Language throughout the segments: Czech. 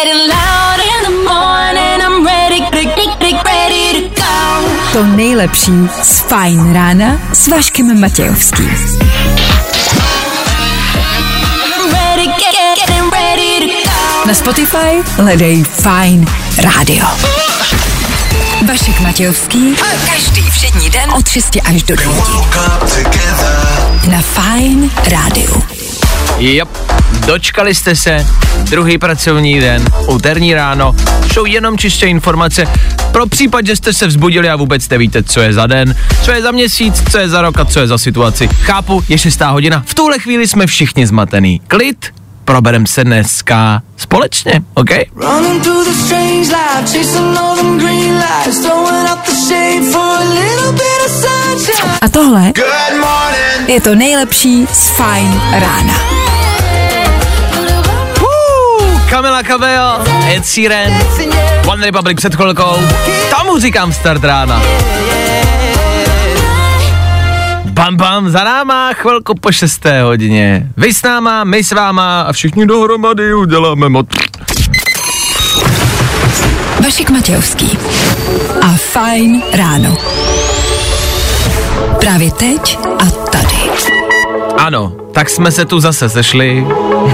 To nejlepší z Fajn rána s Vaškem Matějovským. Na Spotify hledej Fajn rádio. Vašek Matějovský. Každý všední den od 6 až do 9. Na Fajn rádiu. Yep. Dočkali jste se, druhý pracovní den, úterní ráno, jsou jenom čistě informace pro případ, že jste se vzbudili a vůbec nevíte, co je za den, co je za měsíc, co je za rok a co je za situaci. Chápu, je 6. hodina, v tuhle chvíli jsme všichni zmatený. Klid, proberem se dneska společně, OK? A tohle je to nejlepší z Fajn rána. Camila Cabello, Ed Sheeran, One Republic před chvilkou, tomu říkám start rána. Bam bam, za náma, chvilku po 6. hodině. Vy s náma, my s váma a všichni dohromady uděláme moc. Vašek Matějovský a Fajn ráno. Právě teď a tady. Ano, tak jsme se tu zase sešli.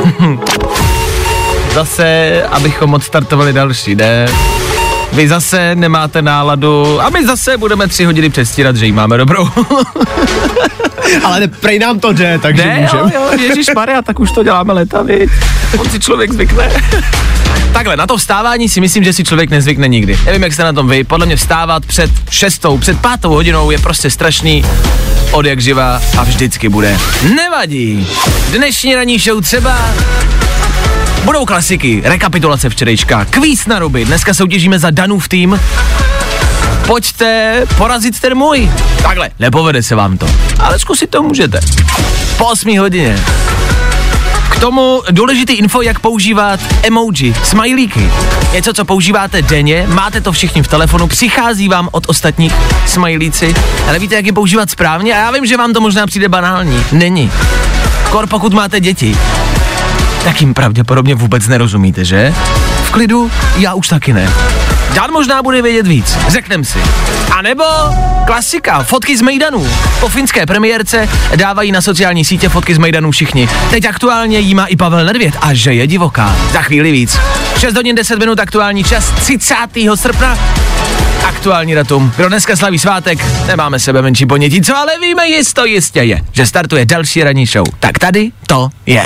Zase, abychom odstartovali další den. Vy zase nemáte náladu a my zase budeme 3 hodiny předstírat, že jí máme dobrou. Ale prej nám to jde, takže můžeme. Jo, ježišmarja, tak už to děláme leta, viď? On si člověk zvykne. Takhle, na to vstávání si myslím, že si člověk nezvykne nikdy. Nevím, jak jste na tom vy, podle mě vstávat před 6, před 5 hodinou je prostě strašný, od jak živa a vždycky bude. Nevadí. Dnešní ranní show třeba budou klasiky, rekapitulace včerejška, kvíz na ruby, dneska soutěžíme za Danův tým. Pojďte porazit ten můj. Takhle, nepovede se vám to, ale zkusit to můžete. Po 8 hodině. K tomu důležitý info, jak používat emoji, smajlíky. Něco, co používáte denně, máte to všichni v telefonu, přichází vám od ostatních smajlíci, ale víte, jak je používat správně? A já vím, že vám to možná přijde banální. Není. Kor pokud máte děti, tak jim pravděpodobně vůbec nerozumíte, že? V klidu, já už taky ne. Dan možná bude vědět víc, řeknem si. A nebo klasika, fotky z mejdanů. Po finské premiérce dávají na sociální sítě fotky z mejdanů všichni. Teď aktuálně jí má i Pavel Nedvěd a že je divoká. Za chvíli víc. 6 hodin 10 minut aktuální čas 30. srpna. Aktuální datum. Kdo dneska slaví svátek, nemáme sebe menší ponětí, co ale víme jistě je, že startuje další ranní show. Tak tady to je.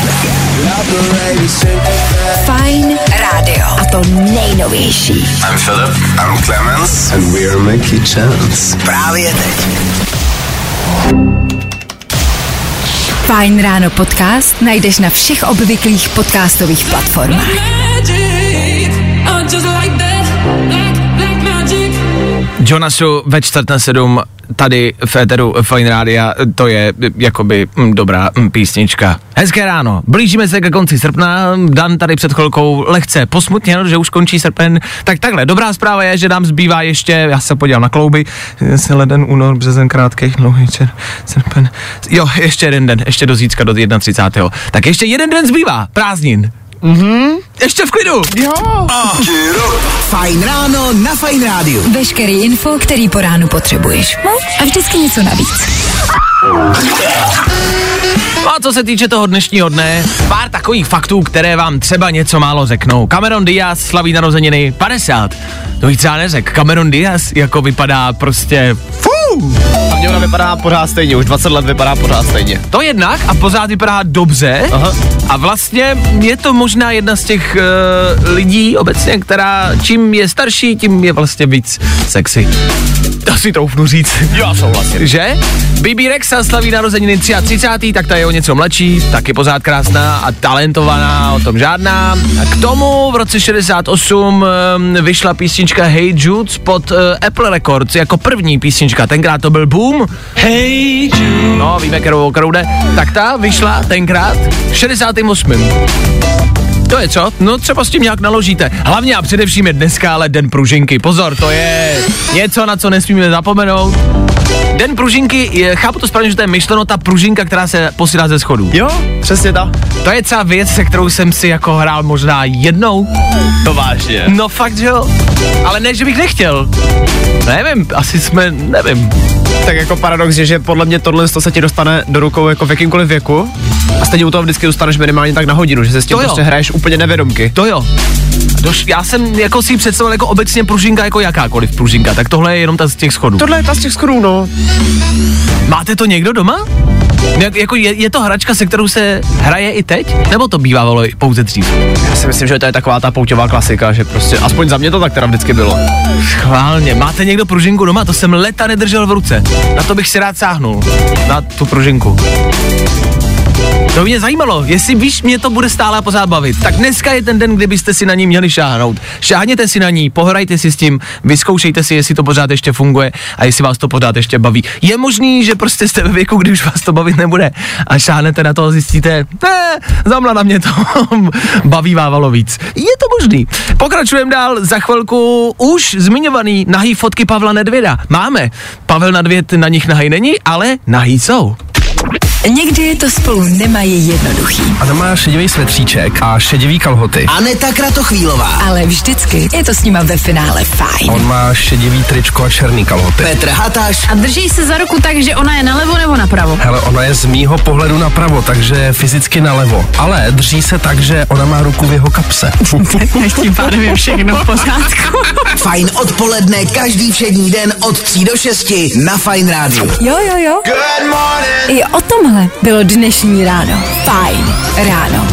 Fajn rádio. A to nejnovější. I'm Philip. I'm Clemens. And we are Mickey Chance. Právě teď. Fajn ráno podcast najdeš na všech obvyklých podcastových platformách. Jonasu ve 6:45 tady v éteru Fajn rádia, to je jakoby dobrá písnička. Hezké ráno, blížíme se ke konci srpna, Dan tady před chvilkou lehce posmutněl, že už končí srpen, tak takhle, dobrá zpráva je, že nám zbývá ještě, já se podívám na klouby, leden, únor, březen, krátký, dlouhý srpen, jo, ještě jeden den, ještě do zítřka, do 31. Tak ještě jeden den zbývá, prázdnin. Ještě v klidu. Jo. Fajn ráno na Fajn rádiu. Veškerý info, který po ránu potřebuješ. No a vždycky něco navíc. A co se týče toho dnešního dne, pár takových faktů, které vám třeba něco málo řeknou. Cameron Diaz slaví narozeniny 50. To bych třeba neřekl. Cameron Diaz jako vypadá prostě A mě ona vypadá pořád stejně, už 20 let vypadá pořád stejně. To jednak a pořád vypadá dobře. Aha. A vlastně je to možná jedna z těch lidí obecně, která čím je starší, tím je vlastně víc sexy. To si troufnu říct. Já souhlasím. Že? Bibi Rexha slaví narozeniny 33, tak ta je o něco mladší, taky pořád krásná a talentovaná, o tom žádná. A k tomu v roce 68 vyšla písnička Hey Jude pod Apple Records jako první písnička, tenkrát to byl boom. Hey Jude. No, víme, kterou jde. Tak ta vyšla tenkrát v 68. To je co? No třeba s tím nějak naložíte. Hlavně a především je dneska ale den pružinky. Pozor, to je něco, na co nesmíme zapomenout. Den pružinky, chápu to správně, že to je myšleno ta pružinka, která se posílá ze schodů. Jo, přesně tak. To je třeba věc, se kterou jsem si jako hrál možná jednou. To vážně. No fakt, že jo. Ale ne, že bych nechtěl. Nevím, nevím. Tak jako paradox je, že podle mě tohle se ti dostane do rukou jako v jakýmkoliv věku a stejně u toho vždycky dostaneš minimálně tak na hodinu, že se s tím prostě hraješ úplně nevědomky. To jo. Já jsem jako si představil jako obecně pružinka jako jakákoliv pružinka, tak tohle je jenom ta z těch schodů. Tohle je ta z těch schodů, no. Máte to někdo doma? Jako je to hračka, se kterou se hraje i teď? Nebo to bývalo pouze dřív? Já si myslím, že to je taková ta pouťová klasika, že prostě, aspoň za mě to tak teda vždycky bylo. Schválně, máte někdo pružinku doma? To jsem leta nedržel v ruce. Na to bych si rád sáhnul, na tu pružinku. To mě zajímalo, jestli víš, mě to bude stále pořád bavit. Tak dneska je ten den, kdy byste si na ní měli šáhnout. Šáhněte si na ní, pohrajte si s tím, vyzkoušejte si, jestli to pořád ještě funguje a jestli vás to pořád ještě baví. Je možný, že prostě jste ve věku, kdy už vás to bavit nebude a šáhnete na to a zjistíte, zamla na mě to baví vávalo víc. Je to možný. Pokračujeme dál, za chvilku už zmiňovaný nahý fotky Pavla Nedvěda. Máme. Pavel Nedvěd na nich nahý není, ale nahý jsou. Někdy to spolu nemají jednoduchý. Ona má šedivý svetříček a šedivý kalhoty. Aneta Kratochvílová. Ale vždycky je to s nima ve finále fajn. On má šedivý tričko a černý kalhoty. Petr Hatáš. A drží se za ruku tak, že ona je nalevo nebo napravo? Hele, ona je z mýho pohledu napravo, takže fyzicky nalevo. Ale drží se tak, že ona má ruku v jeho kapse. Tím pádem je všechno v pořádku. Fajn odpoledne každý všední den od 3 do 6 na Fajn rádiu. Jo. Good morning. I o tomhle bylo dnešní ráno. Fajn ráno.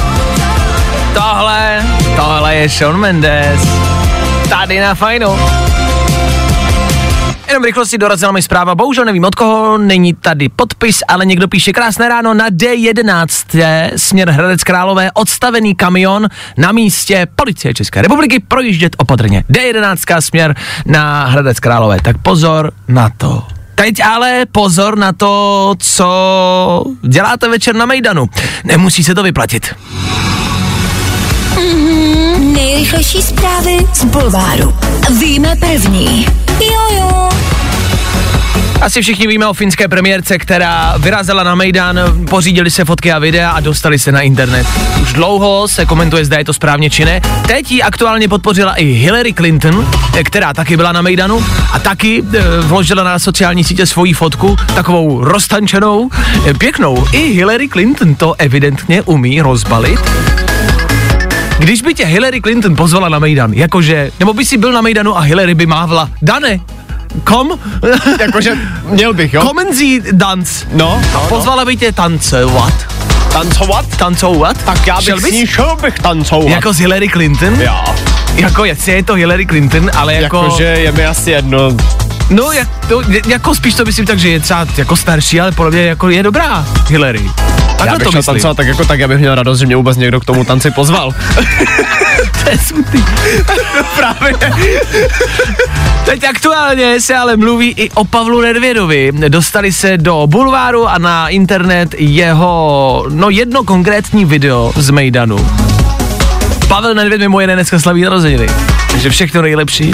Tohle je Shawn Mendes. Tady na Fajnu. Jenom v rychlosti dorazila mi zpráva, bohužel nevím od koho, není tady podpis, ale někdo píše krásné ráno na D11, směr Hradec Králové, odstavený kamion na místě Policie České republiky projíždět opatrně. D11 směr na Hradec Králové, tak pozor na to. Teď ale pozor na to, co děláte večer na Mejdanu. Nemusí se to vyplatit. Nejrychlejší zprávy z bulváru. Víme první. Jo. Asi všichni víme o finské premiérce, která vyrazila na Mejdan, pořídili se fotky a videa a dostali se na internet. Už dlouho se komentuje, zda je to správně či ne. Teď ji aktuálně podpořila i Hillary Clinton, která taky byla na Mejdanu a taky vložila na sociální sítě svoji fotku, takovou roztančenou, pěknou. I Hillary Clinton to evidentně umí rozbalit. Když by tě Hillary Clinton pozvala na Mejdan, jakože, nebo by si byl na Mejdanu a Hillary by mávla, Dane, kom? Jakože měl bych, jo? Kommen Sie dance. No. Pozvala by tě tancovat. Tancovat? Tak já bych šel tancovat. Jako s Hillary Clinton? Jo. Jako je to Hillary Clinton, ale jako... Jakože je mi asi jedno. No, jako spíš to myslím tak, že je třeba jako starší, ale podle mě jako je dobrá Hillary. Já bych šel tancovat tak já bych měl radost, že mě vůbec někdo k tomu tanci pozval. To je smutný. Právě. Teď aktuálně se ale mluví i o Pavlu Nedvědovi. Dostali se do bulváru a na internet jeho, jedno konkrétní video z Mejdanu. Pavel Nedvěd mimo jiné dneska slaví narozeniny, takže všechno nejlepší.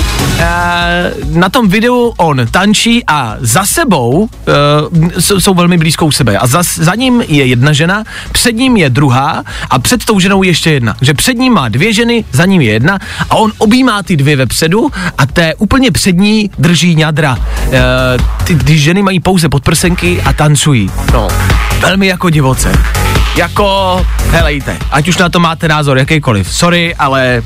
Na tom videu on tančí a za sebou jsou velmi blízko u sebe a za ním je jedna žena, před ním je druhá a před tou ženou ještě jedna. Takže před ním má 2 ženy, za ním je jedna a on objímá ty 2 vepředu a té úplně přední drží ňadra. Ty ženy mají pouze podprsenky a tancují. No, velmi jako divoce. Jako, helejte, ať už na to máte názor jakýkoliv. Sorry, ale...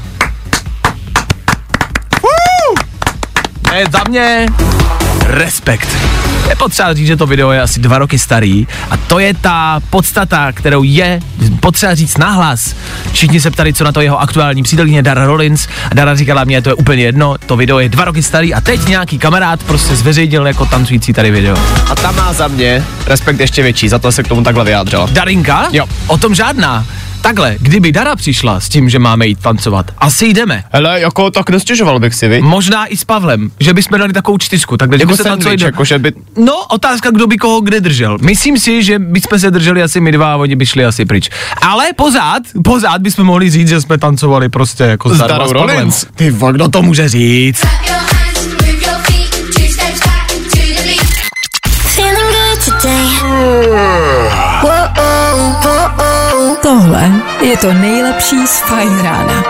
Za mě respekt. Je potřeba říct, že to video je asi 2 roky starý a to je ta podstata, kterou je potřeba říct nahlas. Všichni se ptali, co na to jeho aktuální přítelkyně Dara Rollins a Dara říkala, mně to je úplně jedno, to video je 2 roky starý a teď nějaký kamarád prostě zveřejnil jako tancující tady video. A ta má za mě respekt ještě větší, za to se k tomu takhle vyjádřila. Darinka? Jo. O tom žádná. Takhle, kdyby Dara přišla s tím, že máme jít tancovat, asi jdeme. Hele, jako tak nestěžoval bych si, viď? Možná i s Pavlem, že bychom dali takovou 4, takhle, že by se tancovali. Jako, že by... No, otázka, kdo by koho kde držel. Myslím si, že bychom se drželi asi my dva a oni by šli asi pryč. Ale pořád bychom mohli říct, že jsme tancovali prostě jako s Darou Rollins. Ty vole, kdo to může říct? Tohle je to nejlepší z Fajn rána.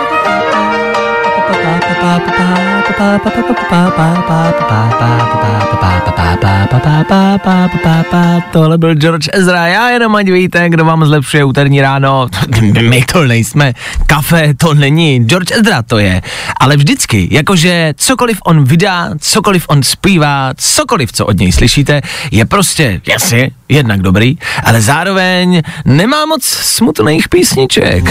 Tohle byl George Ezra, já jenom ať víte, kdo vám zlepšuje úterní ráno. My to nejsme, kafe to není, George Ezra to je. Ale vždycky, jakože cokoliv on vydá, cokoliv on zpívá, cokoliv, co od něj slyšíte, je prostě, jasně, jednak dobrý, ale zároveň nemá moc smutných písniček.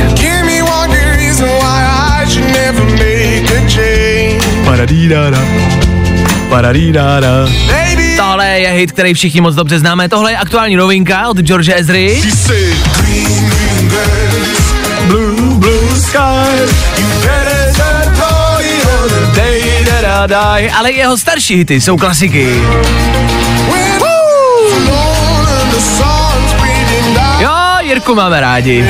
Tohle je hit, který všichni moc dobře známe. Tohle je aktuální novinka od George Ezry. Ale jeho starší hity jsou klasiky. Jo, Jirku máme rádi.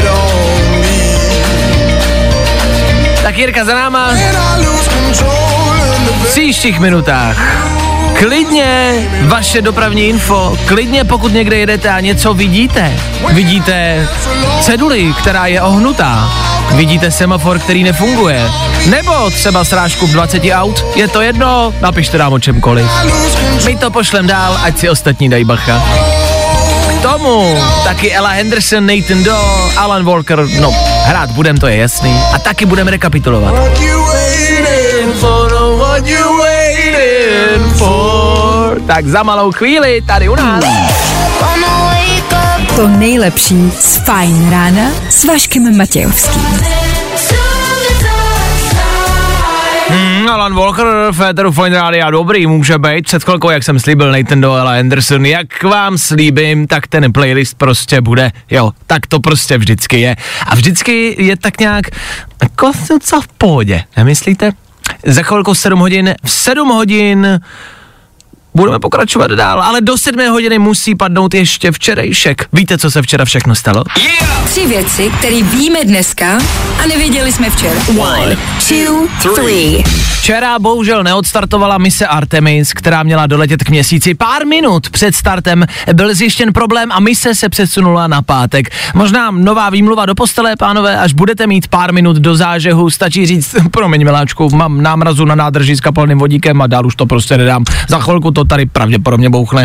Tak Jirka za náma v příštích minutách. Klidně vaše dopravní info, klidně pokud někde jedete a něco vidíte ceduli, která je ohnutá, vidíte semafor, který nefunguje, nebo třeba srážku 20 aut, je to jedno, napište nám o čemkoliv. My to pošlem dál, ať si ostatní dají bacha. K tomu taky Ella Henderson, Nathan Doe, Alan Walker, no hrát budem, to je jasný, a taky budeme rekapitulovat. Tak za malou chvíli tady u nás. To nejlepší z Fajn rána s Vaškem Matějovským. Alan Walker v éteru Fajn rádia, dobrý, může být. Před chvilkou, jak jsem slíbil, Nathan Doe, Ella Henderson, jak vám slíbím, tak ten playlist prostě bude, jo, tak to prostě vždycky je. A vždycky je tak nějak jako co v pohodě, nemyslíte? Za chvilku 7 hodin, v 7 hodin budeme pokračovat dál, ale do 7 hodiny musí padnout ještě včerejšek. Víte, co se včera všechno stalo? Yeah! 3 věci, které víme dneska a nevěděli jsme včera. 1, 2, 3. Včera bohužel neodstartovala mise Artemis, která měla doletět k Měsíci. Pár minut před startem byl zjištěn problém a mise se přesunula na pátek. Možná nová výmluva do postele, pánové, až budete mít pár minut do zážehu, stačí říct, promiň miláčku, mám námrazu na nádrži s kapalným vodíkem a dál už to prostě nedám. Za chvilku to tady pravděpodobně bouchne.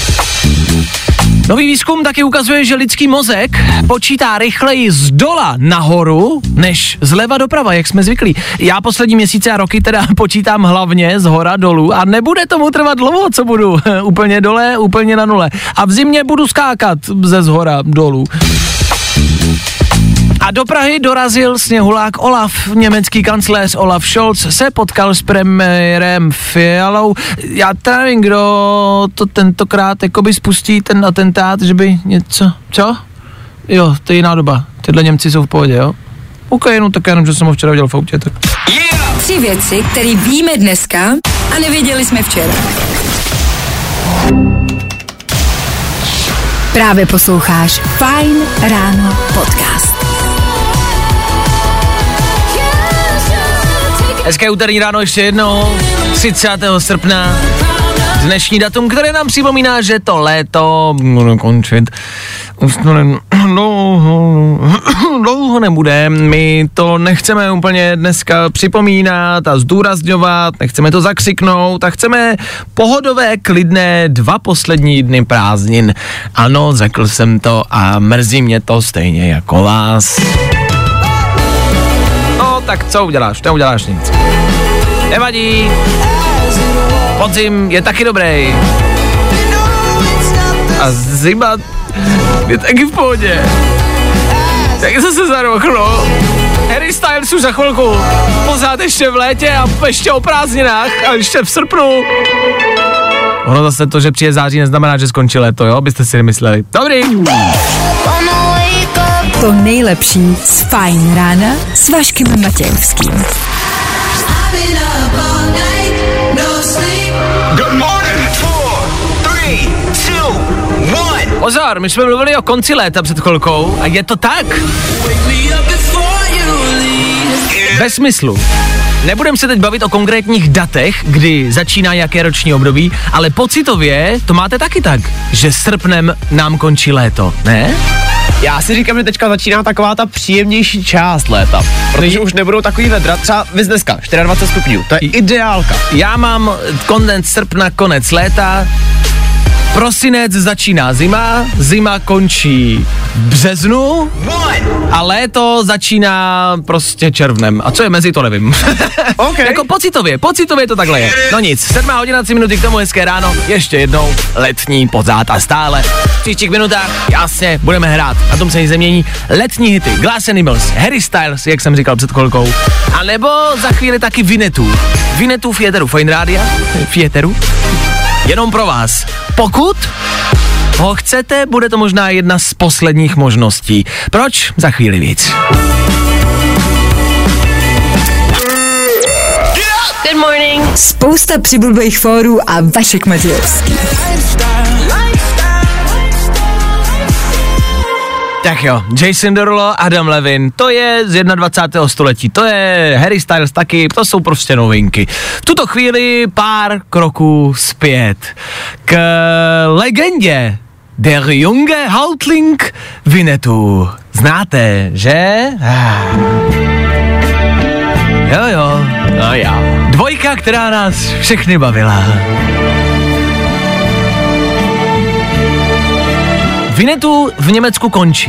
Nový výzkum taky ukazuje, že lidský mozek počítá rychleji z dola nahoru, než zleva doprava, jak jsme zvyklí. Já poslední měsíce a roky teda počítám hlavně z hora dolů a nebude tomu trvat dlouho, co budu úplně dole, úplně na nule. A v zimě budu skákat ze zhora dolů. A do Prahy dorazil sněhulák Olaf. Německý kancléř Olaf Scholz se potkal s premiérem Fialou. Já teda nevím, kdo to tentokrát jakoby spustí ten atentát, že by něco... Co? Jo, to je jiná doba. Tyhle Němci jsou v pohodě, jo? OK, no tak jenom, že jsem ho včera viděl v autě, tak... Yeah! 3 věci, které víme dneska a nevěděli jsme včera. Právě posloucháš Fajn ráno podcast. Hezké úterní ráno ještě jednou, 30. srpna, dnešní datum, které nám připomíná, že to léto bude končit. Už to dlouho nebude, my to nechceme úplně dneska připomínat a zdůrazňovat, nechceme to zakřiknout a chceme pohodové, klidné 2 poslední dny prázdnin. Ano, řekl jsem to a mrzí mě to stejně jako vás. No, tak co uděláš? Neuděláš nic. Nevadí. Podzim je taky dobrý. A zima je taky v pohodě. Tak je zase za rok, no. Harry Styles už za chvilku. Pořád ještě v létě a ještě o prázdninách a ještě v srpnu. Ono zase to, že přijde září, neznamená, že skončí léto, jo? Byste si nemysleli. Dobrý. To nejlepší z Fajn rána s Vaškem Matějovským. Good morning. 4, 3, 2, 1. Pozor, my jsme mluvili o konci léta před chvilkou a je to tak. Bez smyslu. Nebudeme se teď bavit o konkrétních datech, kdy začíná jaké roční období, ale pocitově to máte taky tak, že srpnem nám končí léto, ne? Já si říkám, že teďka začíná taková ta příjemnější část léta, protože už nebudou takový vedra, třeba vys dneska, 24 stupňů, to je ideálka. Já mám konec srpna, konec léta, prosinec začíná zima, zima končí v březnu a léto začíná prostě červnem. A co je mezi, to nevím. Okay. Jako pocitově to takhle je. No nic, 7 hodina 3 minuty k tomu, hezké ráno, ještě jednou letní pořád a stále. V příštích minutách, jasně, budeme hrát, na tom se nic nemění, letní hity, Glass Animals, Harry Styles, jak jsem říkal před chvilkou, a nebo za chvíli taky Vinetu v éteru Fajn rádia, jenom pro vás. Pokud ho chcete, bude to možná jedna z posledních možností. Proč? Za chvíli víc. Good morning. Spousta přibulbých fórů a Vašek Matějovský. Tak jo, Jason Derulo, Adam Levine, to je z 21. století, to je Harry Styles taky, to jsou prostě novinky. V tuto chvíli pár kroků zpět k legendě der junge Haltling Vinetu. Znáte, že? Jo, no já. Dvojka, která nás všechny bavila. Vinetu v Německu končí.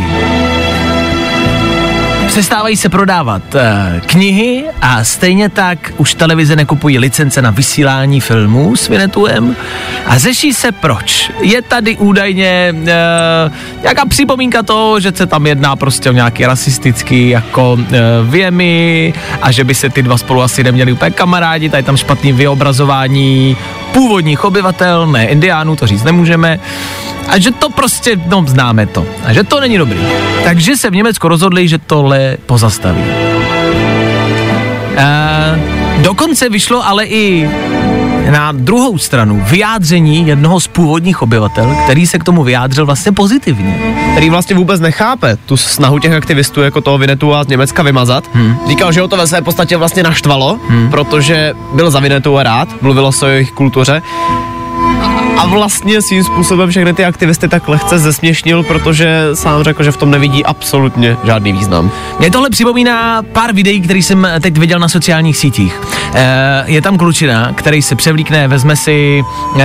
Přestávají se prodávat knihy a stejně tak už televize nekupují licence na vysílání filmů s Vinetuem a řeší se proč. Je tady údajně nějaká připomínka toho, že se tam jedná prostě o nějaký rasistický jako věmy a že by se ty dva spolu asi neměli úplně kamarádi, tady tam špatný vyobrazování původních obyvatel, ne indiánů, to říct nemůžeme. A že to prostě, no známe to, a že to není dobrý. Takže se v Německu rozhodli, že tohle pozastaví. Dokonce vyšlo ale i na druhou stranu vyjádření jednoho z původních obyvatel, který se k tomu vyjádřil vlastně pozitivně. Který vlastně vůbec nechápe tu snahu těch aktivistů jako toho Vinetu a z Německa vymazat. Říkal, že ho to ve své podstatě vlastně naštvalo, protože byl za Vinetu a rád, mluvilo se o jejich kultuře. A vlastně svým způsobem všechny ty aktivisty tak lehce zesměšnil, protože sám řekl, že v tom nevidí absolutně žádný význam. Mně tohle připomíná pár videí, který jsem teď viděl na sociálních sítích. Je tam klučina, který se převlíkne, vezme si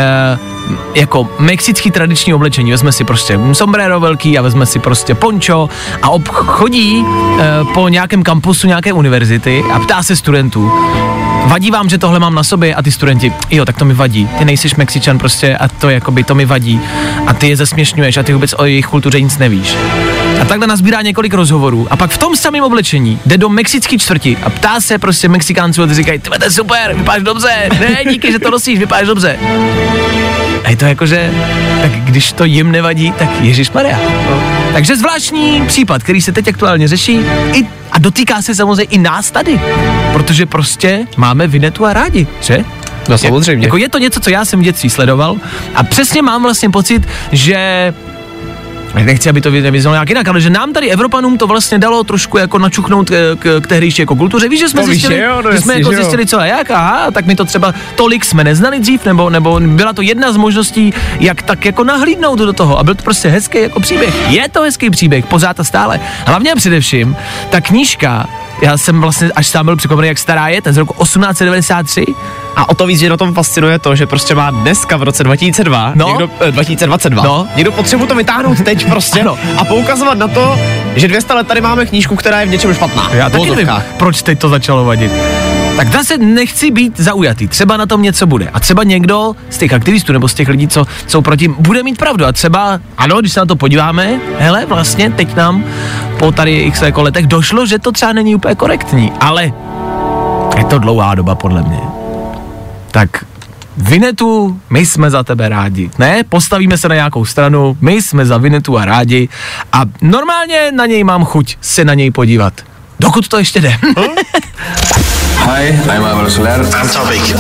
jako mexický tradiční oblečení, vezme si prostě sombrero velký a vezme si prostě poncho a chodí po nějakém kampusu nějaké univerzity a ptá se studentů: vadí vám, že tohle mám na sobě? A ty studenti: jo, tak to mi vadí, ty nejsiš Mexičan prostě a to jakoby to mi vadí a ty je zesměšňuješ a ty vůbec o jejich kultuře nic nevíš. A takhle nazbírá několik rozhovorů a pak v tom samém oblečení jde do mexické čtvrti a ptá se prostě Mexikánců a ty říkají: to je super, vypadáš dobře, ne, díky, že to nosíš, vypadáš dobře. A je to jakože, tak když to jim nevadí, tak ježišmarja. Takže zvláštní případ, který se teď aktuálně řeší a dotýká se samozřejmě i nás tady, protože prostě máme Vinetu a rádi, že? No samozřejmě. Jako je to něco, co já jsem v dětství sledoval a přesně mám vlastně pocit, že nechci, aby to vyznělo nějak jinak, ale že nám tady Evropanům to vlastně dalo trošku jako načuchnout k tehdejší jako kultuře. Víš, že jsme zjistili, co a jak, aha, tak my to třeba tolik jsme neznali dřív, nebo byla to jedna z možností, jak tak jako nahlídnout do toho a byl to prostě hezký jako příběh. Je to hezký příběh, pořád a stále. Hlavně především, ta knížka, já jsem vlastně až sám byl překvapený, jak stará je, ten z roku 1893. A o to víc, že na tom fascinuje to, že prostě má dneska v roce 2002, 2022, někdo potřebuje to vytáhnout teď prostě a poukazovat na to, že 200 let tady máme knížku, která je v něčem špatná. Já taky nevím, proč teď to začalo vadit. Tak zase nechci být zaujatý, třeba na tom něco bude. A třeba někdo z těch aktivistů nebo z těch lidí, co jsou proti, bude mít pravdu. A třeba, ano, když se na to podíváme, hele, vlastně teď nám po tady x jako letech došlo, že to třeba není úplně korektní, ale je to dlouhá doba podle mě. Tak Vinetu, my jsme za tebe rádi. Ne, postavíme se na nějakou stranu, my jsme za Vinetu a rádi a normálně na něj mám chuť se na něj podívat. Dokud to ještě jde. Hi, I'm Álvaro Soler. I'm Topic.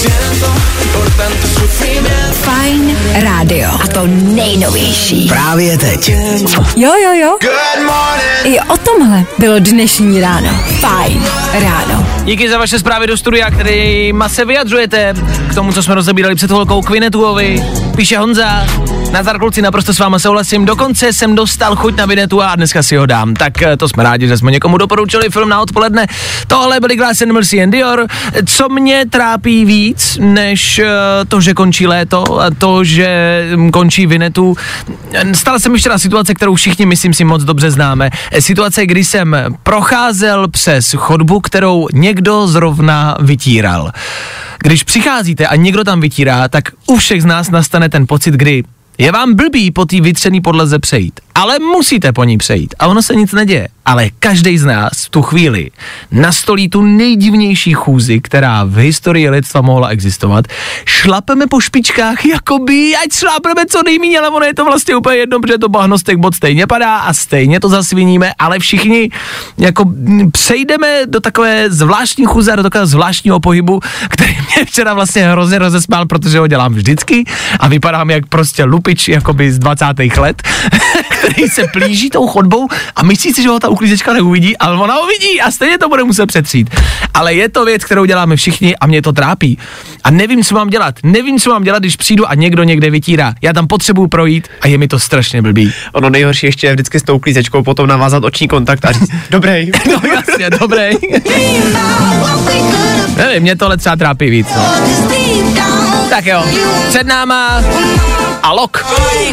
Fajn rádio. A to nejnovější. Právě teď. Jo. Good morning. I o tomhle bylo dnešní ráno. Fajn ráno. Díky za vaše zprávy do studia, kterýma se vyjadřujete k tomu, co jsme rozebírali před chvilkou k Vinetuovi. Píše Honza, nazdar kluci, naprosto s váma souhlasím, dokonce jsem dostal chuť na Vinetu a dneska si ho dám. Tak to jsme rádi, že jsme někomu doporučili film na odpoledne. Tohle byly Glass & Mercy and Dior. Co mě trápí víc, než to, že končí léto a to, že končí Vinetu. Stala se mi včera situace, kterou všichni, myslím si, moc dobře známe. Situace, kdy jsem procházel přes chodbu, kterou někdo zrovna vytíral. Když přicházíte a někdo tam vytírá, tak u všech z nás nastane ten pocit, kdy je vám blbý po té vytřený podlaze přejít, ale musíte po ní přejít a ono se nic neděje. Ale každý z nás v tu chvíli nastolí tu nejdivnější chůzi, která v historii lidstva mohla existovat. Šlapeme po špičkách, jakoby, ať šlápeme co nejméně, ale ono je to vlastně úplně jedno, protože to bahno z těch bod stejně padá a stejně to zasviníme, ale všichni jako přejdeme do takové zvláštní chůze a do takového zvláštního pohybu, který mě včera vlastně hrozně rozesmál, protože ho dělám vždycky a vypadám jak prostě lupič jakoby z 20. let, který se plíží tou chodbou a myslí si, že ho ta uklízečka neuvidí, ale ona ho vidí a stejně to bude muset přetřít. Ale je to věc, kterou děláme všichni a mě to trápí. A nevím, co mám dělat. Nevím, co mám dělat, když přijdu a někdo někde vytírá. Já tam potřebuju projít a je mi to strašně blbý. Ono nejhorší ještě je vždycky s tou uklízečkou potom navázat oční kontakt a říct, dobrý. No jasně, dobrý. Nevím, mě tohle třeba trápí víc. No. Tak jo, před náma Alok.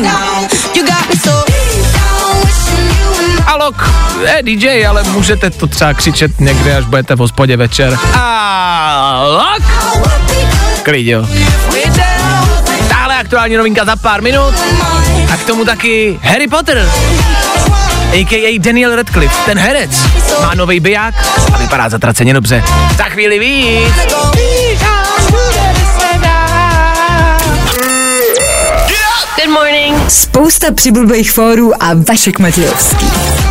Alok je DJ, ale můžete to třeba křičet někde, až budete v hospodě večer. Alok! Klidio. Tahle aktuální novinka za pár minut. A k tomu taky Harry Potter. A.k.a. Daniel Radcliffe, ten herec, má novej biják a vypadá zatraceně dobře. Za chvíli víc. Good morning. Spousta přibulbých fórů a Vašek Matějovský.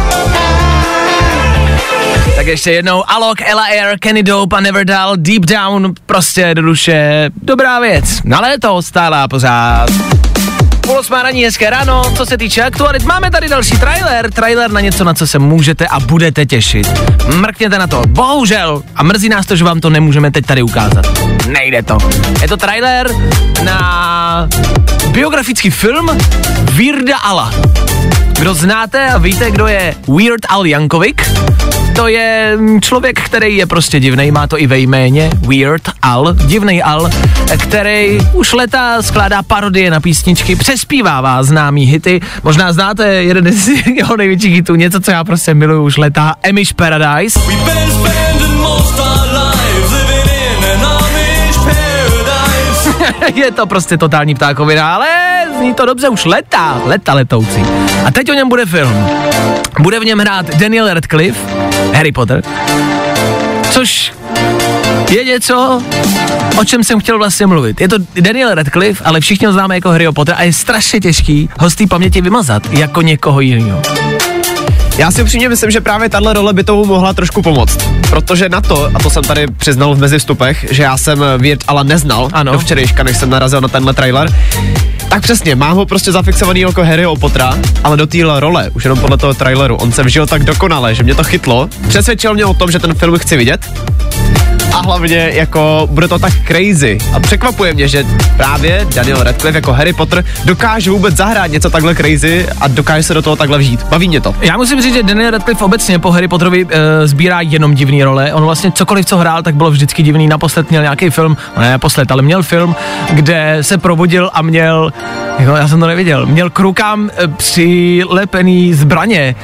Tak ještě jednou Alok, Ella Air, Kenny Dope a Never Dull, Deep Down, prostě do duše, dobrá věc. Na léto stála pořád. 8:30 raní, hezké ráno, co se týče aktualit, máme tady další trailer na něco, na co se můžete a budete těšit. Mrkněte na to, bohužel, a mrzí nás to, že vám to nemůžeme teď tady ukázat. Nejde to. Je to trailer na biografický film Weirda Alla. Kdo znáte a víte, kdo je Weird Al Yankovic? To je člověk, který je prostě divnej, má to i ve jméně, Weird Al, divnej Al, který už leta skládá parodie na písničky, přespívává známý hity, možná znáte jeden z jeho největších hitů, něco, co já prostě miluju už leta, Amish Paradise. Je to prostě totální ptákovina, ale zní to dobře už leta letoucí. A teď o něm bude film. Bude v něm hrát Daniel Radcliffe, Harry Potter, což je něco, o čem jsem chtěl vlastně mluvit. Je to Daniel Radcliffe, ale všichni ho známe jako Harryho Pottera a je strašně těžký ho z té paměti vymazat jako někoho jiného. Já si upřímně myslím, že právě tahle role by tomu mohla trošku pomoct, protože na to, a to jsem tady přiznal v mezivstupech, že já jsem Weird Ala neznal do včerejška, než jsem narazil na tenhle trailer, tak přesně, mám ho prostě zafixovaný jako Harryho Pottera, ale do téhle role, už jenom podle toho traileru, on se vžil tak dokonale, že mě to chytlo, přesvědčil mě o tom, že ten film chci vidět, a hlavně jako bude to tak crazy a překvapuje mě, že právě Daniel Radcliffe jako Harry Potter dokáže vůbec zahrát něco takhle crazy a dokáže se do toho takhle vžít. Baví mě to. Já musím říct, že Daniel Radcliffe obecně po Harry Potterovi sbírá jenom divný role. On vlastně cokoliv, co hrál, tak bylo vždycky divný. Naposled měl nějaký film, ne naposled, ale měl film, kde se probudil a měl, jako já jsem to neviděl, měl k rukám přilepený zbraně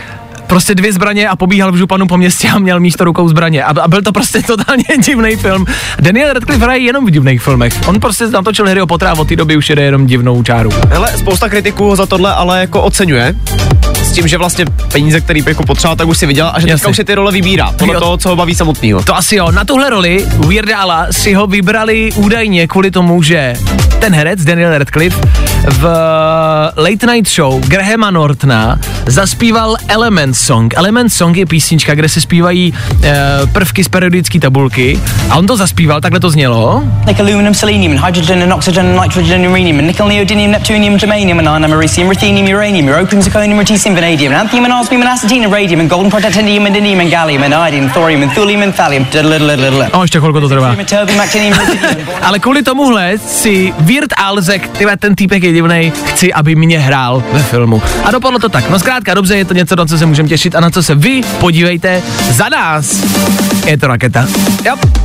prostě 2 zbraně a pobíhal v županu po městě a měl místo rukou zbraně. A byl to prostě totálně divný film. Daniel Radcliffe hraje jenom v divných filmech. On prostě natočil Harryho Pottera a od té doby už jede jenom divnou čáru. Hele, spousta kritiků ho za tohle ale jako oceňuje. S tím, že vlastně peníze, který jako potřeboval, tak už si viděl a že teďka už si ty role vybírá. Podle toho, co ho baví samotnýho. To asi jo. Na tuhle roli Weirda Ala si ho vybrali údajně kvůli tomu, že ten herec Daniel Radcliffe v Late Night Show Grahama Nortona zaspíval Element Song. Element Song je písnička, kde se zpívají prvky z periodické tabulky a on to zaspíval, takhle to znělo. Like aluminum, selenium, and hydrogen, and oxygen, and nitrogen, and uranium, and nickel, neodymium, neptunium, germanium, and iron, americium, ruthenium, uranium, europium, zirconium, ruthenium, vanadium, and anthium, and osmium, and acetine, and radium, and golden, protactinium, and indium, and gallium, and iodine, thorium, and thulium, and thallium. No, ještě chvilku to trvá. Ale kvůli tomuhle si Weird Al řekl, tyhle, ten týpek je divnej, chci, aby mě hrál ve filmu. A dopadlo to tak. No zkrátka dobře, je to něco, na co se můžeme těšit a na co se vy podívejte za nás. Je to Raketa. Yep.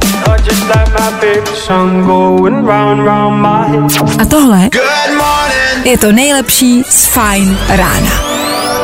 A tohle je to nejlepší z Fajn rána.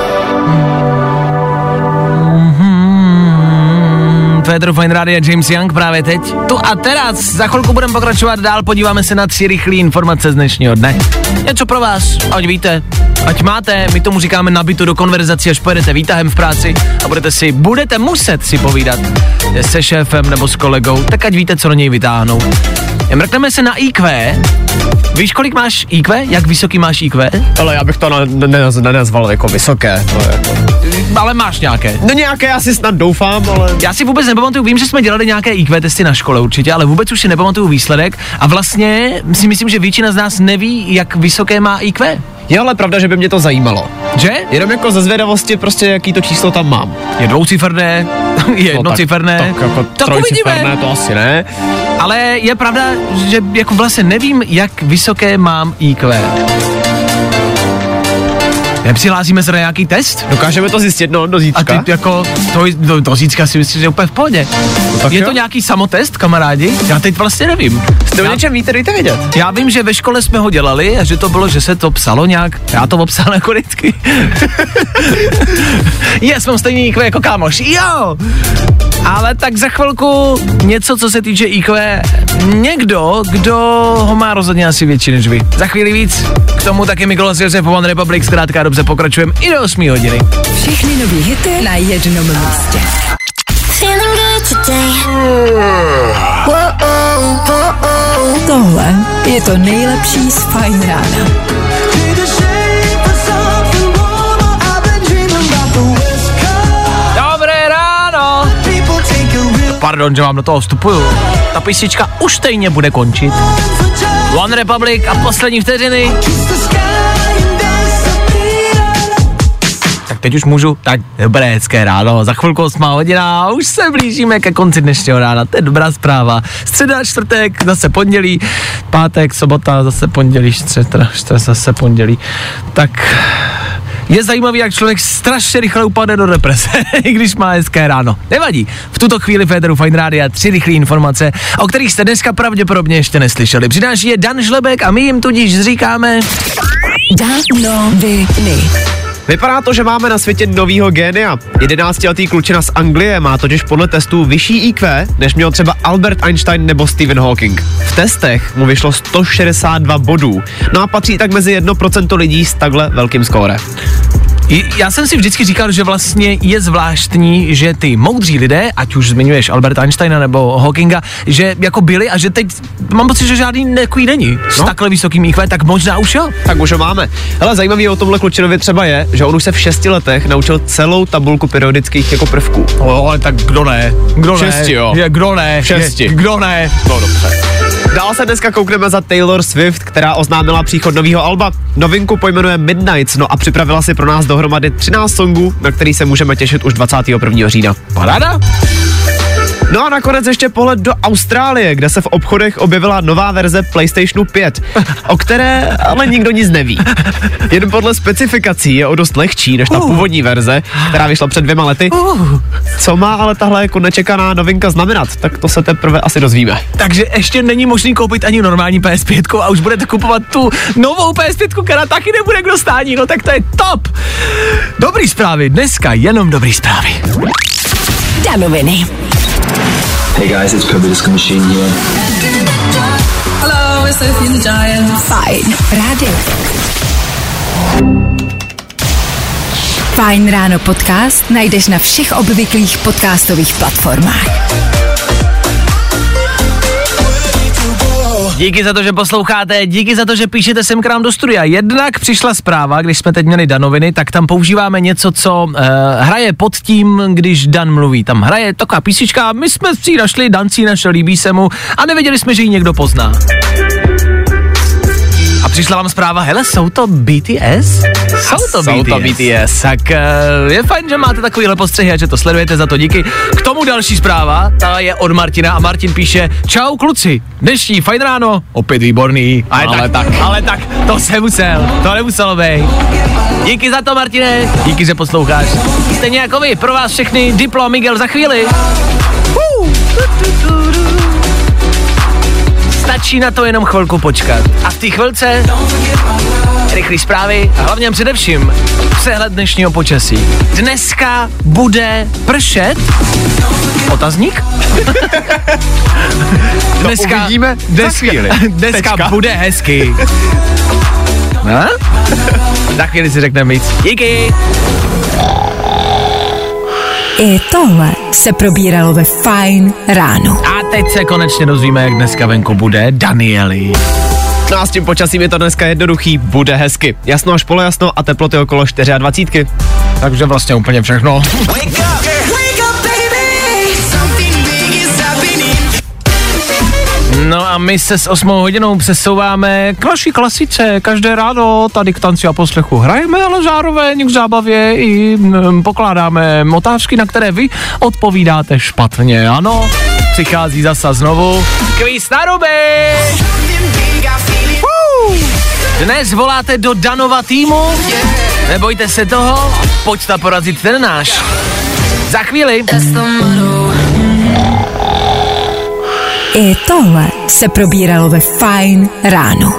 Féteru Fajn rádia James Young právě teď. Tu a teraz, za chvilku budeme pokračovat dál, podíváme se na 3 rychlé informace z dnešního dne. Něco pro vás, ať víte, ať máte, my tomu říkáme nabitu do konverzací, až pojedete výtahem v práci a budete muset si povídat se šéfem nebo s kolegou, tak ať víte, co na něj vytáhnout. Mrkneme se na IQ. Víš, kolik máš IQ? Jak vysoký máš IQ? Ale já bych to nenazval jako vysoké. Ale máš nějaké. No nějaké, asi snad doufám, ale... Já si vůbec nepamatuju, vím, že jsme dělali nějaké IQ testy na škole určitě, ale vůbec už si nepamatuju výsledek a vlastně si myslím, že většina z nás neví, jak vysoké má IQ. Je ale pravda, že by mě to zajímalo. Že? Jenom jako ze zvědavosti prostě, jaký to číslo tam mám. Je dvouciferné, je jednociferné. Tak jako trojciferné to asi ne. Ale je pravda, že jako vlastně nevím, jak vysoké mám IQ. Nepřihlásíme se na nějaký test? Dokážeme to zjistit, no, do zítřka. A ty jako, do zítřka si myslím, že je úplně v pohodě. No, je to nějaký samotest, kamarádi? Já teď vlastně nevím. Jste o něčem víte, dejte vědět. Já vím, že ve škole jsme ho dělali a že to bylo, že se to psalo nějak. Já to obsal jako vždycky. Mám stejný IQ jako kámoš. Jo! Ale tak za chvilku něco, co se týče IQ, někdo, kdo ho má rozhodně asi větší než vy. Za chvíli víc, k tomu taky Mikolas Josef, One Republic, zkrátka dobře pokračujeme i do 8 hodiny. Všechny nový hity na jednom místě. Tohle je to nejlepší z Fajn rána. Pardon, že vám do toho vstupuju. Ta písnička už stejně bude končit. One Republic a poslední vteřiny. Tak teď už můžu, tak dobré, hezké ráno, za chvilku 8 hodina, už se blížíme ke konci dnešního rána, to je dobrá zpráva. Středa, čtvrtek, zase pondělí, pátek, sobota, zase pondělí, středa, zase pondělí. Tak... Je zajímavý, jak člověk strašně rychle upadne do deprese, i když má hezké ráno. Nevadí, v tuto chvíli v éteru Fajn rádia 3 rychlé informace, o kterých jste dneska pravděpodobně ještě neslyšeli. Přináší je Dan Žlebek a my jim tudíž říkáme... Danoviny. Vypadá to, že máme na světě novýho génia. 11letý klučina z Anglie má totiž podle testů vyšší IQ, než měl třeba Albert Einstein nebo Stephen Hawking. V testech mu vyšlo 162 bodů, no a patří tak mezi 1% lidí s takhle velkým skóre. Já jsem si vždycky říkal, že vlastně je zvláštní, že ty moudří lidé, ať už zmiňuješ Alberta Einsteina nebo Hawkinga, že jako byli a že teď mám pocit, že žádný takový není. S takhle vysokým IQ, tak možná už jo. Tak už ho máme. Hele, zajímavý o tomhle klučinovi třeba je, že on už se v 6 letech naučil celou tabulku periodických jako prvků. Ale tak kdo ne? Kdo 6, ne? jo. Kdo ne? 6. Kdo ne? No dobře. Dál se dneska koukneme za Taylor Swift, která oznámila příchod nového alba. Novinku pojmenuje Midnights, no a připravila si pro nás dohromady 13 songů, na který se můžeme těšit už 21. října. Paráda? No a nakonec ještě pohled do Austrálie, kde se v obchodech objevila nová verze PlayStationu 5, o které ale nikdo nic neví. Jen podle specifikací je o dost lehčí než ta původní verze, která vyšla před 2 lety. Co má ale tahle jako nečekaná novinka znamenat, tak to se teprve asi dozvíme. Takže ještě není možný koupit ani normální PS5 a už budete kupovat tu novou PS5, která taky nebude k dostání, no tak to je top. Dobrý zprávy, dneska jenom dobrý zprávy. Danoviny. Hey guys, it's Kirby Disco Machine here. Hello, it's Sophie the Giant. Fajn rádio. Fajn ráno podcast najdeš na všech obvyklých podcastových platformách. Díky za to, že posloucháte, díky za to, že píšete sem k nám do studia. Jednak přišla zpráva, když jsme teď měli Danoviny, tak tam používáme něco, co hraje pod tím, když Dan mluví. Tam hraje taková písnička, my jsme si ji našli, Dan si ji našel, líbí se mu a nevěděli jsme, že ji někdo pozná. A přišla vám zpráva, hele, jsou to BTS? Jsou to BTS. Tak je fajn, že máte takovýhle postřehy a že to sledujete, za to díky. K tomu další zpráva, ta je od Martina a Martin píše, čau kluci, dnešní fajn ráno, opět výborný. Ale tak, to nemuselo být. Díky za to, Martine, díky, že posloucháš. Stejně jako vy, pro vás všechny Diplo Miguel za chvíli. Stačí na to jenom chvilku počkat. A v té chvilce rychlý zprávy a hlavně především přehled dnešního počasí. Dneska bude pršet? Otazník? Dneska uvidíme za chvíli. Dneska bude hezky. Za chvíli si řekneme víc. Díky. I tohle se probíralo ve Fajn ráno. A teď se konečně dozvíme, jak dneska venku bude, Danieli. No a s tím počasím je to dneska jednoduchý, bude hezky. Jasno až polojasno a teploty okolo 24. Takže vlastně úplně všechno. No a my se s 8 hodinou přesouváme k naší klasice. Každé ráno tady k tanci a poslechu hrajeme, ale zároveň k zábavě i pokládáme otázky, na které vy odpovídáte špatně. Ano, přichází zasa znovu kvíz na ruby. Dnes voláte do Danova týmu, nebojte se toho, pojďte porazit ten náš. Za chvíli. I tohle se probíralo ve Fajn ráno.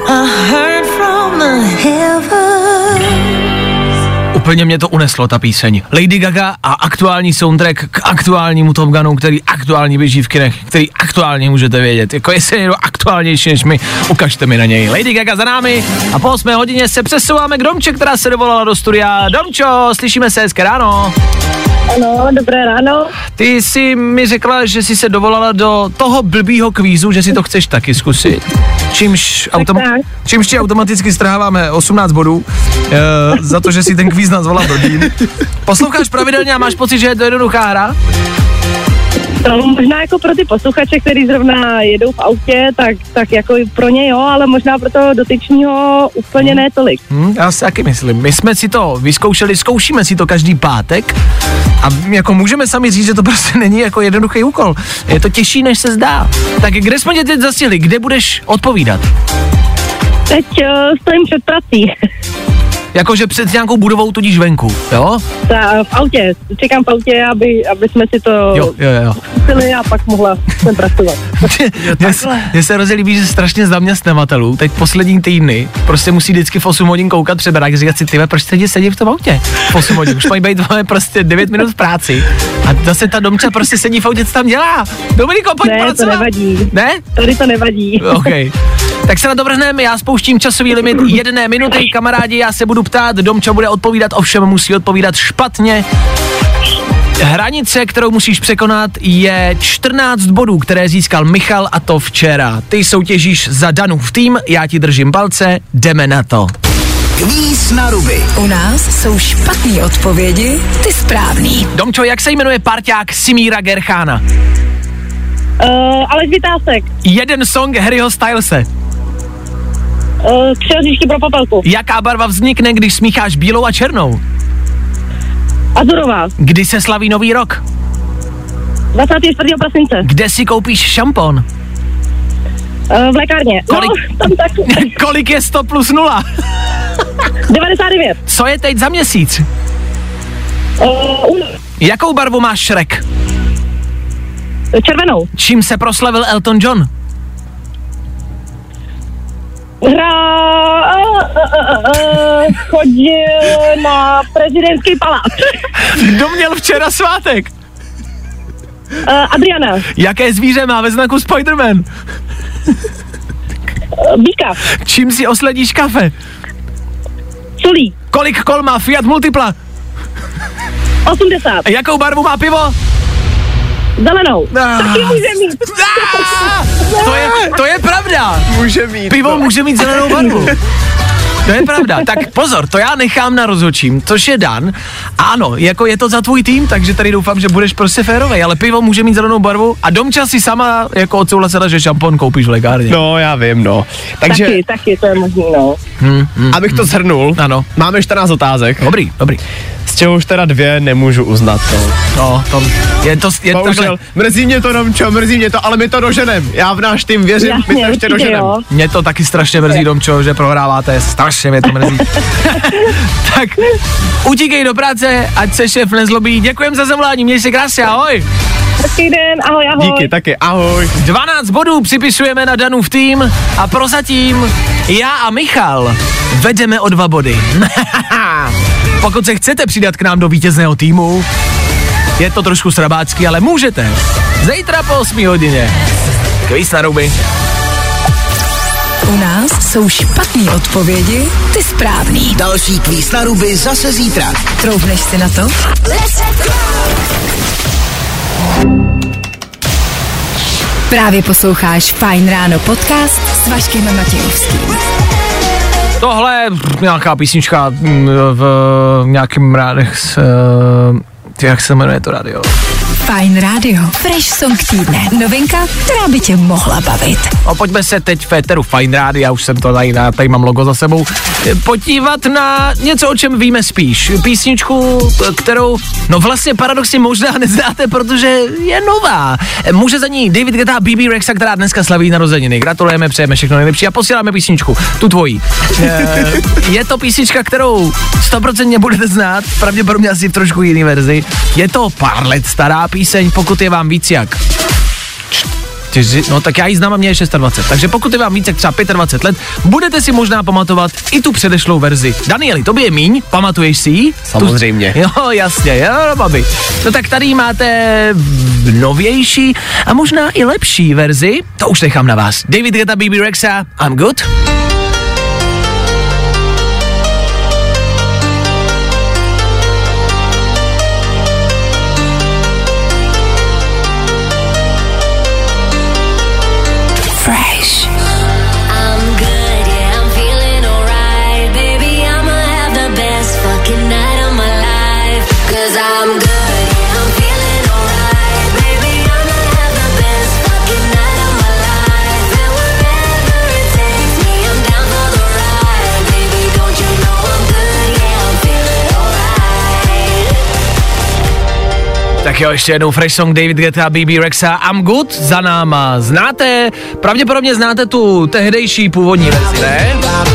Úplně mě to uneslo, ta píseň. Lady Gaga a aktuální soundtrack k aktuálnímu Top Gunu, který aktuálně běží v kinech, který aktuálně můžete vědět. Jako jestli je někdo aktuálnější než my, ukažte mi na něj. Lady Gaga za námi a po 8 hodině se přesouváme k Domče, která se dovolala do studia. Domčo, slyšíme se, hezké ráno. Ano, dobré ráno. Ty jsi mi řekla, že jsi se dovolala do toho blbýho kvízu, že si to chceš taky zkusit. Čímž ti automaticky strháváme 18 bodů za to, že si ten kvíz nazvala blbým. Posloucháš pravidelně a máš pocit, že je to jednoduchá hra? To možná jako pro ty posluchače, kteří zrovna jedou v autě, tak jako pro ně jo, ale možná pro toho dotyčního úplně ne tolik. Já si taky myslím. My jsme si to vyzkoušeli, zkoušíme si to každý pátek a jako můžeme sami říct, že to prostě není jako jednoduchý úkol. Je to těžší, než se zdá. Tak kde jsme tě teď zastihli? Kde budeš odpovídat? Teď stojím před prací. Jakože před nějakou budovou, tudíž venku, jo? V autě, čekám v autě, aby jsme si to zkusili a pak mohla jsem pracovat. Mně se hrozně líbí, že strašně zaměstnavatelů teď poslední týdny prostě musí vždycky v 8 hodin koukat přeberák, říkat si, tyhle, proč teď sedí v tom autě v 8 hodin, už mají být prostě 9 minut v práci a zase ta Domča prostě sedí v autě, co tam dělá? Dominiko, pojď pracovat. Ne, to nevadí. Ne? Tady to nevadí. Okay. Tak se na to vrhneme, já spouštím časový limit 1 minuty, kamarádi, já se budu ptát, Domča bude odpovídat, ovšem musí odpovídat špatně. Hranice, kterou musíš překonat, je 14 bodů, které získal Michal, a to včera. Ty soutěžíš za Danův tým, já ti držím palce, jdeme na to. Kvíz na ruby. U nás jsou špatné odpovědi, ty správný. Domčo, jak se jmenuje parťák Simíra Gerchána? Aleš Vytásek. Jeden song Harryho Stylese. 3 oříšky pro Popelku. Jaká barva vznikne, když smícháš bílou a černou? Azurová. Kdy se slaví Nový rok? 24. prosince. Kde si koupíš šampon? V lékárně. Kolik? No, tam taky. Kolik je 100 plus 0? 99. Co je teď za měsíc? Jakou barvu máš Shrek? Červenou. Čím se proslavil Elton John? Chodil na prezidentský palác. Kdo měl včera svátek? Adriana. Jaké zvíře má ve znaku Spider-Man? Býka. Čím si osledíš kafe? Solí. Kolik kol má Fiat Multipla? 80. A jakou barvu má pivo? Zelenou. Taky může mít. To je pravda. Může mít. Pivo může mít zelenou barvu. To je pravda. Tak pozor, to já nechám na rozhodčím, což je Dan. Ano, jako je to za tvůj tým, takže tady doufám, že budeš prostě férovej, ale pivo může mít zelenou barvu a Domča si sama jako odsouhlasila, že šampon koupíš v lékárně. No, já vím, no. Takže, Taky, to je možný, no. abych to shrnul, Ano. máme 14 otázek. Dobrý. Z čeho už teda 2 nemůžu uznat. No, to je takhle. Bohužel, mrzí mě to, Domčo, ale my to doženem. Já v náš tým věřím, Jasně, my to ještě určitě, doženem. jo. Mě to taky strašně mrzí, Domčo, že prohráváte, strašně mě to mrzí. Tak utíkej do práce, ať se šéf nezlobí. Děkujem za zavolání, měj se krásně, ahoj. Hezký den, ahoj. Díky, taky, ahoj. 12 bodů připisujeme na Danův tým a prozatím já a Michal vedeme o 2 body. Pokud se chcete přidat k nám do vítězného týmu, je to trošku srabácký, ale můžete. Zítra po 8 hodině. Kvíz na ruby. U nás jsou špatné odpovědi, ty správný. Další kvíz na ruby zase zítra. Troufneš si na to? Právě posloucháš Fajn ráno podcast s Vaškem Matějovským. Tohle je nějaká písnička v nějakým rádech s... jak se jmenuje to rádio? Fajn rádio. Fresh song týdne. Novinka, která by tě mohla bavit. A pojďme se teď v éteru Fajn rádia, já už jsem to tady mám logo za sebou, podívat na něco, o čem víme spíš. Písničku, kterou, no vlastně paradoxně možná neznáte, protože je nová. Může za ní David Guetta a BB Rexa, která dneska slaví narozeniny. Gratulujeme, přejeme všechno nejlepší a posíláme písničku, tu tvojí. Je to písnička, kterou 100% budete znát, pravděpodobně asi v trošku jiný verzi. Je to pár let stará píseň, pokud je vám víc jak 4, no tak já ji znám a mě je 26, takže pokud je vám víc jak třeba 25 let, budete si možná pamatovat i tu předešlou verzi. Danieli, tobě je míň, pamatuješ si ji? Samozřejmě. Jo, jasně, jo, babi. No tak tady máte novější a možná i lepší verzi, to už nechám na vás. David Guetta, BB Rexa, I'm Good. Fresh. Tak jo, ještě jednou fresh song David Guetta, BB Rexa, I'm Good, za náma. Znáte, pravděpodobně znáte tu tehdejší původní verzi, ne?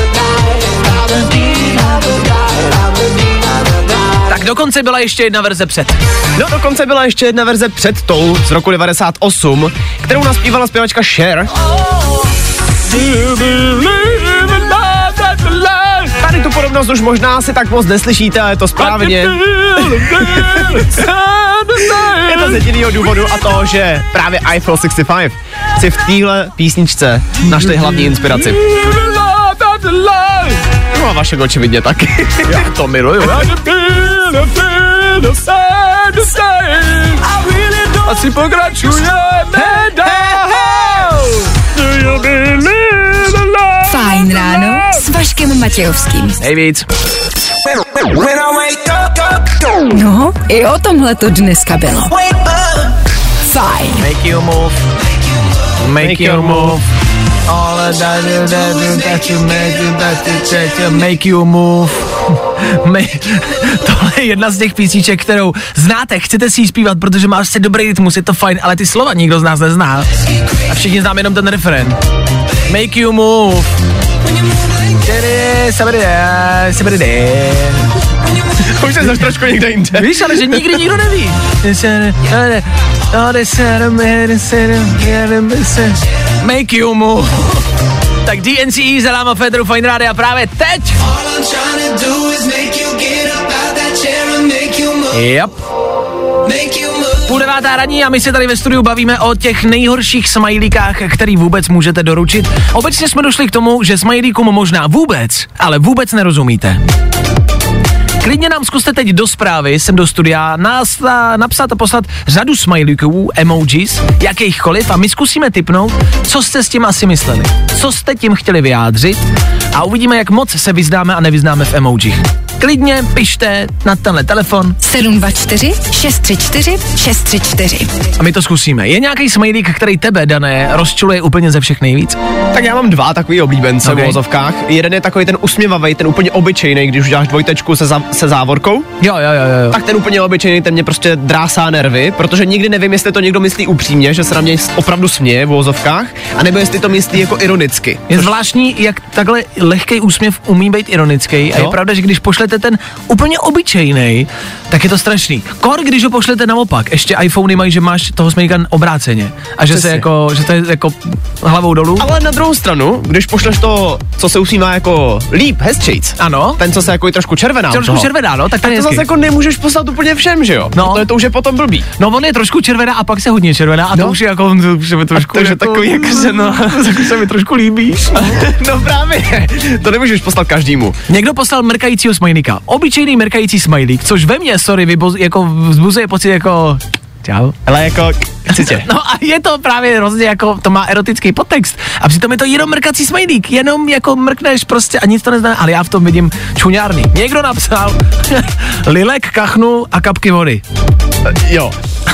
Tak dokonce byla ještě jedna verze před. No dokonce byla ještě jedna verze před tou z roku 98, kterou naspívala zpěvačka Cher. Tady tu podobnost už možná si tak moc neslyšíte, ale je to správně. Je to z jedinýho důvodu a to, že právě Eiffel 65 si v téhle písničce našli hlavní inspiraci. No a Vašek očividně taky. Já to miluju. Asi pokračujeme dál. Fajn ráno s Vaškem Matějovským. Nejvíc. No, i o tomhle to dneska bylo. Fajn. Make you move. Make you move. All that you make you move. Tohle je jedna z těch písniček, kterou znáte, chcete si ji zpívat, protože má prostě dobrý rytmus, je to fajn, ale ty slova nikdo z nás nezná. A všichni známe jenom ten refrén. Make you move. Už jsem trošku někde jinde. Víš, ale že nikdy nikdo neví. Make you move. Tak DNCE za náma Féteru Fajn Rádia právě teď. Yep. 8:30 raní a my se tady ve studiu bavíme o těch nejhorších smajlíkách, který vůbec můžete doručit. Obecně jsme došli k tomu, že smajlíkům možná vůbec, ale vůbec nerozumíte. Klidně nám zkuste teď do zprávy, sem do studia, napsat a poslat řadu smajlíků, emojis, jakýchkoliv a my zkusíme tipnout, co jste s tím asi mysleli. Co jste tím chtěli vyjádřit a uvidíme, jak moc se vyznáme a nevyznáme v emojích. Klidně pište na tenhle telefon 724 634 634. A my to zkusíme. Je nějaký smajlík, který tebe, Dané, rozčuluje úplně ze všech nejvíc? Tak já mám dva takový oblíbence v vozovkách. Jeden je takový ten usměvavý, ten úplně obyčejný, když uděláš dvojtečku se závorkou. Jo. Tak ten úplně obyčejný, ten mě prostě drásá nervy, protože nikdy nevím, jestli to někdo myslí upřímně, že se na mě opravdu směje v vozovkách, anebo jestli to myslí jako ironicky. Je zvláštní, jak takhle lehký úsměv umí být ironický a je pravda, že když pošlete ten úplně obyčejnej, tak je to strašný. Kor, když ho pošlete naopak, ještě iPhony mají, že máš toho smejka obráceně a že Přesně. že to je jako hlavou dolů. Ale na druhou stranu, když pošleš to, co se usmívá jako líp, hezčejc, ano, ten, co se jako je trošku červená, no, tak to zase jako nemůžeš poslat úplně všem, že jo? No. To už je potom blbý. No, on je trošku červená a pak se hodně červená a to už je jako, už je mi trošku, to je takový, jako se, no, tak se mi trošku líbíš. No právě, to nemůžeš poslat každému. Někdo poslal mrkajícího smajlíka. Obyčejný mrkající smajlík, což ve mně, jako vzbuzuje pocit jako čau. Ale jako, chci tě. No a je to právě hrozně jako, to má erotický podtext. A přitom je to jenom mrkací smajlík, jenom jako mrkneš prostě a nic to neznamená, ale já v tom vidím čuňárny. Někdo napsal lilek, kachnu a kapky vody. Jo.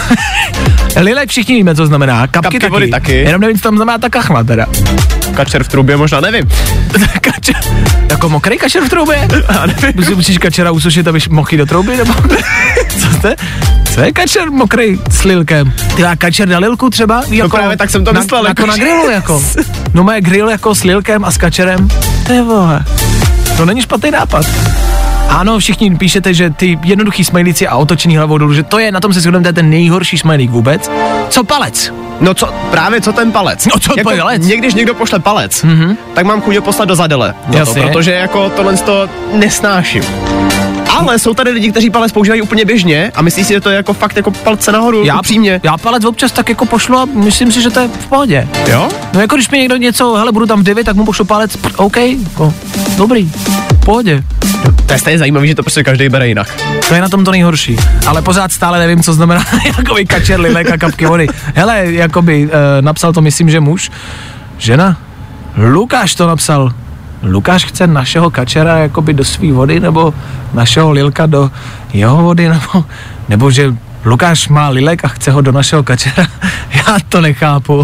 Lilek všichni víme, co znamená, kapky taky. Vody taky. Jenom nevím, co tam znamená ta kachna teda. Kačer v trubě možná, nevím. Kačer, jako mokrý kačer v troubě? Já nevím. Musíš kačera usušit, abyš mohl do trouby, nebo co jste? Co je kačer mokrý s lilkem? Ty má kačer na lilku třeba? Jako právě tak jsem to myslel. Jako na grilu jako. No má grill jako s lilkem a s kačerem. Vole. To není špatný nápad. Ano, všichni píšete, že ty jednoduchý smajlíci a otočený hlavou dolů, že to je, na tom se shodneme, to je ten nejhorší smajlík vůbec. Co palec? No co ten palec? No co jako palec? Když někdo pošle palec, tak mám chuť ho poslat do zadele. Protože jako tohle to nesnáším. Ale jsou tady lidi, kteří palec používají úplně běžně a myslí si, že to je jako fakt jako palce nahoru, upřímně. Já palec občas tak jako pošlu a myslím si, že to je v pohodě. Jo? No jako když mi někdo něco, hele, budu tam v 9, tak mu pošlu palec, OK, jako, dobrý, v pohodě. To je stejně zajímavý, že to prostě každý bere jinak. To je na tom to nejhorší, ale pořád stále nevím, co znamená jakoby kačer, lilek a kapky vody. Hele, jakoby napsal to, myslím, že muž, žena, Lukáš to napsal. Lukáš chce našeho kačera jakoby do svý vody, nebo našeho lilka do jeho vody, nebo že Lukáš má lilek a chce ho do našeho kačera. Já to nechápu.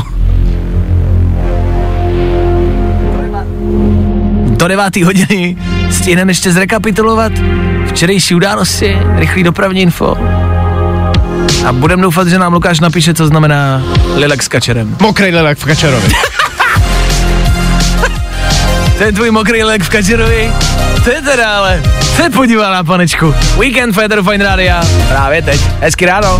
Do 9. hodiny stihneme ještě zrekapitulovat včerejší události, rychlý dopravní info. A budeme doufat, že nám Lukáš napíše, co znamená lilek s kačerem. Mokrý lilek v kačerovi. To je tvůj mokrý lilek v kačerovi? To je teda ale, to je podívaná, panečku. Weekend Féteru Fajn Rádia, právě teď. Hezky ráno.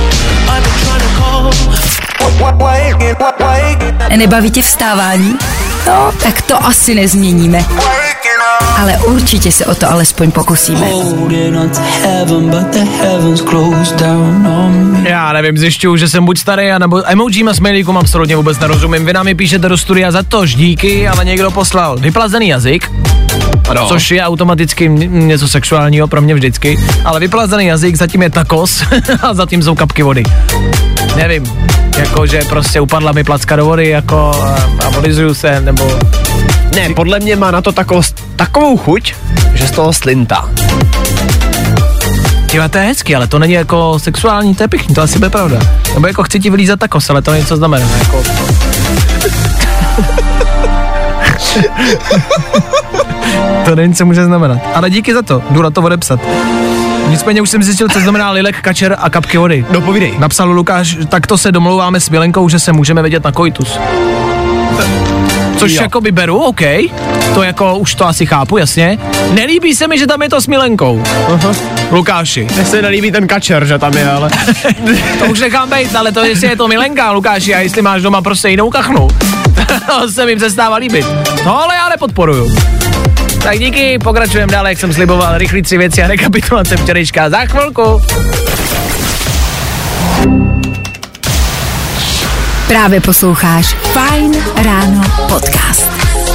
Nebaví tě vstávání? No, tak to asi nezměníme. Ale určitě se o to alespoň pokusíme. Já nevím, zjišťuju, že jsem buď starý, anebo emojím a smajlíkům absolutně vůbec nerozumím. Vy nám je píšete do studia za to díky, ale někdo poslal vyplazený jazyk, ano. Což je automaticky něco sexuálního pro mě vždycky, ale vyplazený jazyk, zatím je tacos a zatím jsou kapky vody. Nevím, jakože prostě upadla mi placka do vody jako a vodizuju se, nebo... Ne, podle mě má na to takovou chuť, že z toho slintá. Tyhle, to je hezky, ale to není jako sexuální, to je pěkný, to asi bude pravda. Nebo jako chci ti vylízat tacos, ale to něco znamená, jako... To nevím, co může znamenat. Ale díky za to, jdu na to odepsat. Nicméně už jsem zjistil, co znamená lilek, kačer a kapky vody. No povídej. Napsal Lukáš, tak to se domlouváme s Milenkou, že se můžeme vidět na koitus. Což jakoby beru, OK. To jako už to asi chápu, jasně. Nelíbí se mi, že tam je to s Milenkou. Lukáši. Mně se nelíbí ten kačer, že tam je, ale... To už nechám bejt, ale to jestli je to Milenka, Lukáši, a jestli máš doma prostě jinou kachnu. To se mi přestává líbit. No ale já nepodporuju. Tak díky, pokračujeme dále, jak jsem sliboval, rychlý 3 věci a rekapitulace včerejška za chvilku. Právě posloucháš Fajn ráno podcast.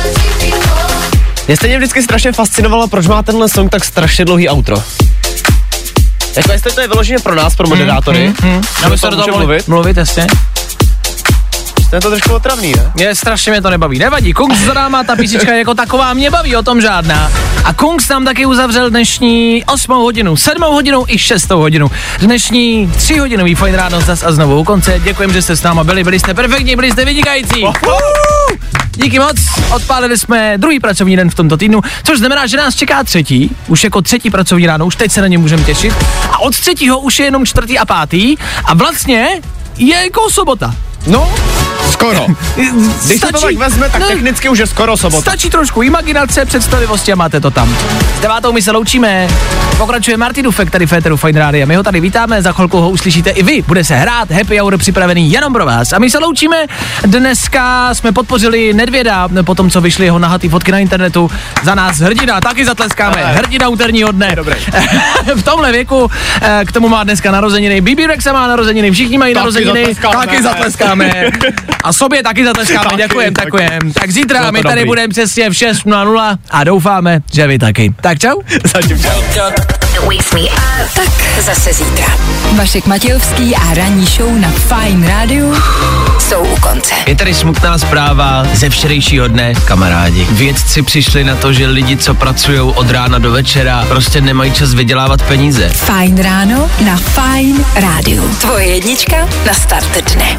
Mě stejně vždycky strašně fascinovalo, proč má tenhle song tak strašně dlouhý outro. Jako jestli to je vyloženě pro nás, pro moderátory. Já bych se do toho mluvit, jasně. To je to trošku otravný, ne? Strašně mě to nebaví. Nevadí, Kungs za náma, ta písnička jako taková mě baví, o tom žádná. A Kungs nám taky uzavřel dnešní 8 hodinu, 7 hodinu i 6 hodinu. Dnešní 3 hodinový Fajn ráno zas a znovu u konce. Děkujem, že jste s náma byli jste perfektní, byli jste vynikající. Díky moc, odpálili jsme druhý pracovní den v tomto týdnu, což znamená, že nás čeká třetí, už jako třetí pracovní ráno, už teď se na ně můžeme těšit. A od třetího už je jenom 4. a 5. a vlastně je jako sobota. No, skoro. Když se to tak vezme, tak technicky už je skoro sobota. Stačí trošku imaginace, představivosti a máte to tam. S 9. my se loučíme. Pokračuje Martin Dufek tady v éteru Fajn rádia. My ho tady vítáme, za chvilku ho uslyšíte i vy. Bude se hrát, happy hour připravený jenom pro vás. A my se loučíme. Dneska jsme podpořili Nedvěda, po tom, co vyšly jeho nahatý fotky na internetu. Za nás hrdina, taky zatleskáme. Hrdina úterního dne. V tomhle věku k tomu má dneska narozeniny. Bibi Rexa má narozeniny, všichni mají narozeniny. Taky zatleskáme. A sobě taky zatleskáme, děkujem. Tak zítra my tady budeme přesně v 6:00 a doufáme, že vy taky. Tak čau. Zatím čau. Tak zase zítra. Vašek Matějovský a ranní show na Fajn rádiu jsou u konce. Je tady smutná zpráva ze včerejšího dne, kamarádi. Vědci přišli na to, že lidi, co pracujou od rána do večera, prostě nemají čas vydělávat peníze. Fajn ráno na Fajn rádiu. Tvoje jednička na start dne.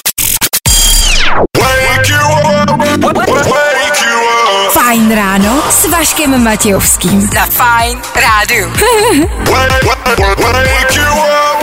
Fajn ráno s Vaškem Matějovským. Na Fajn rádiu.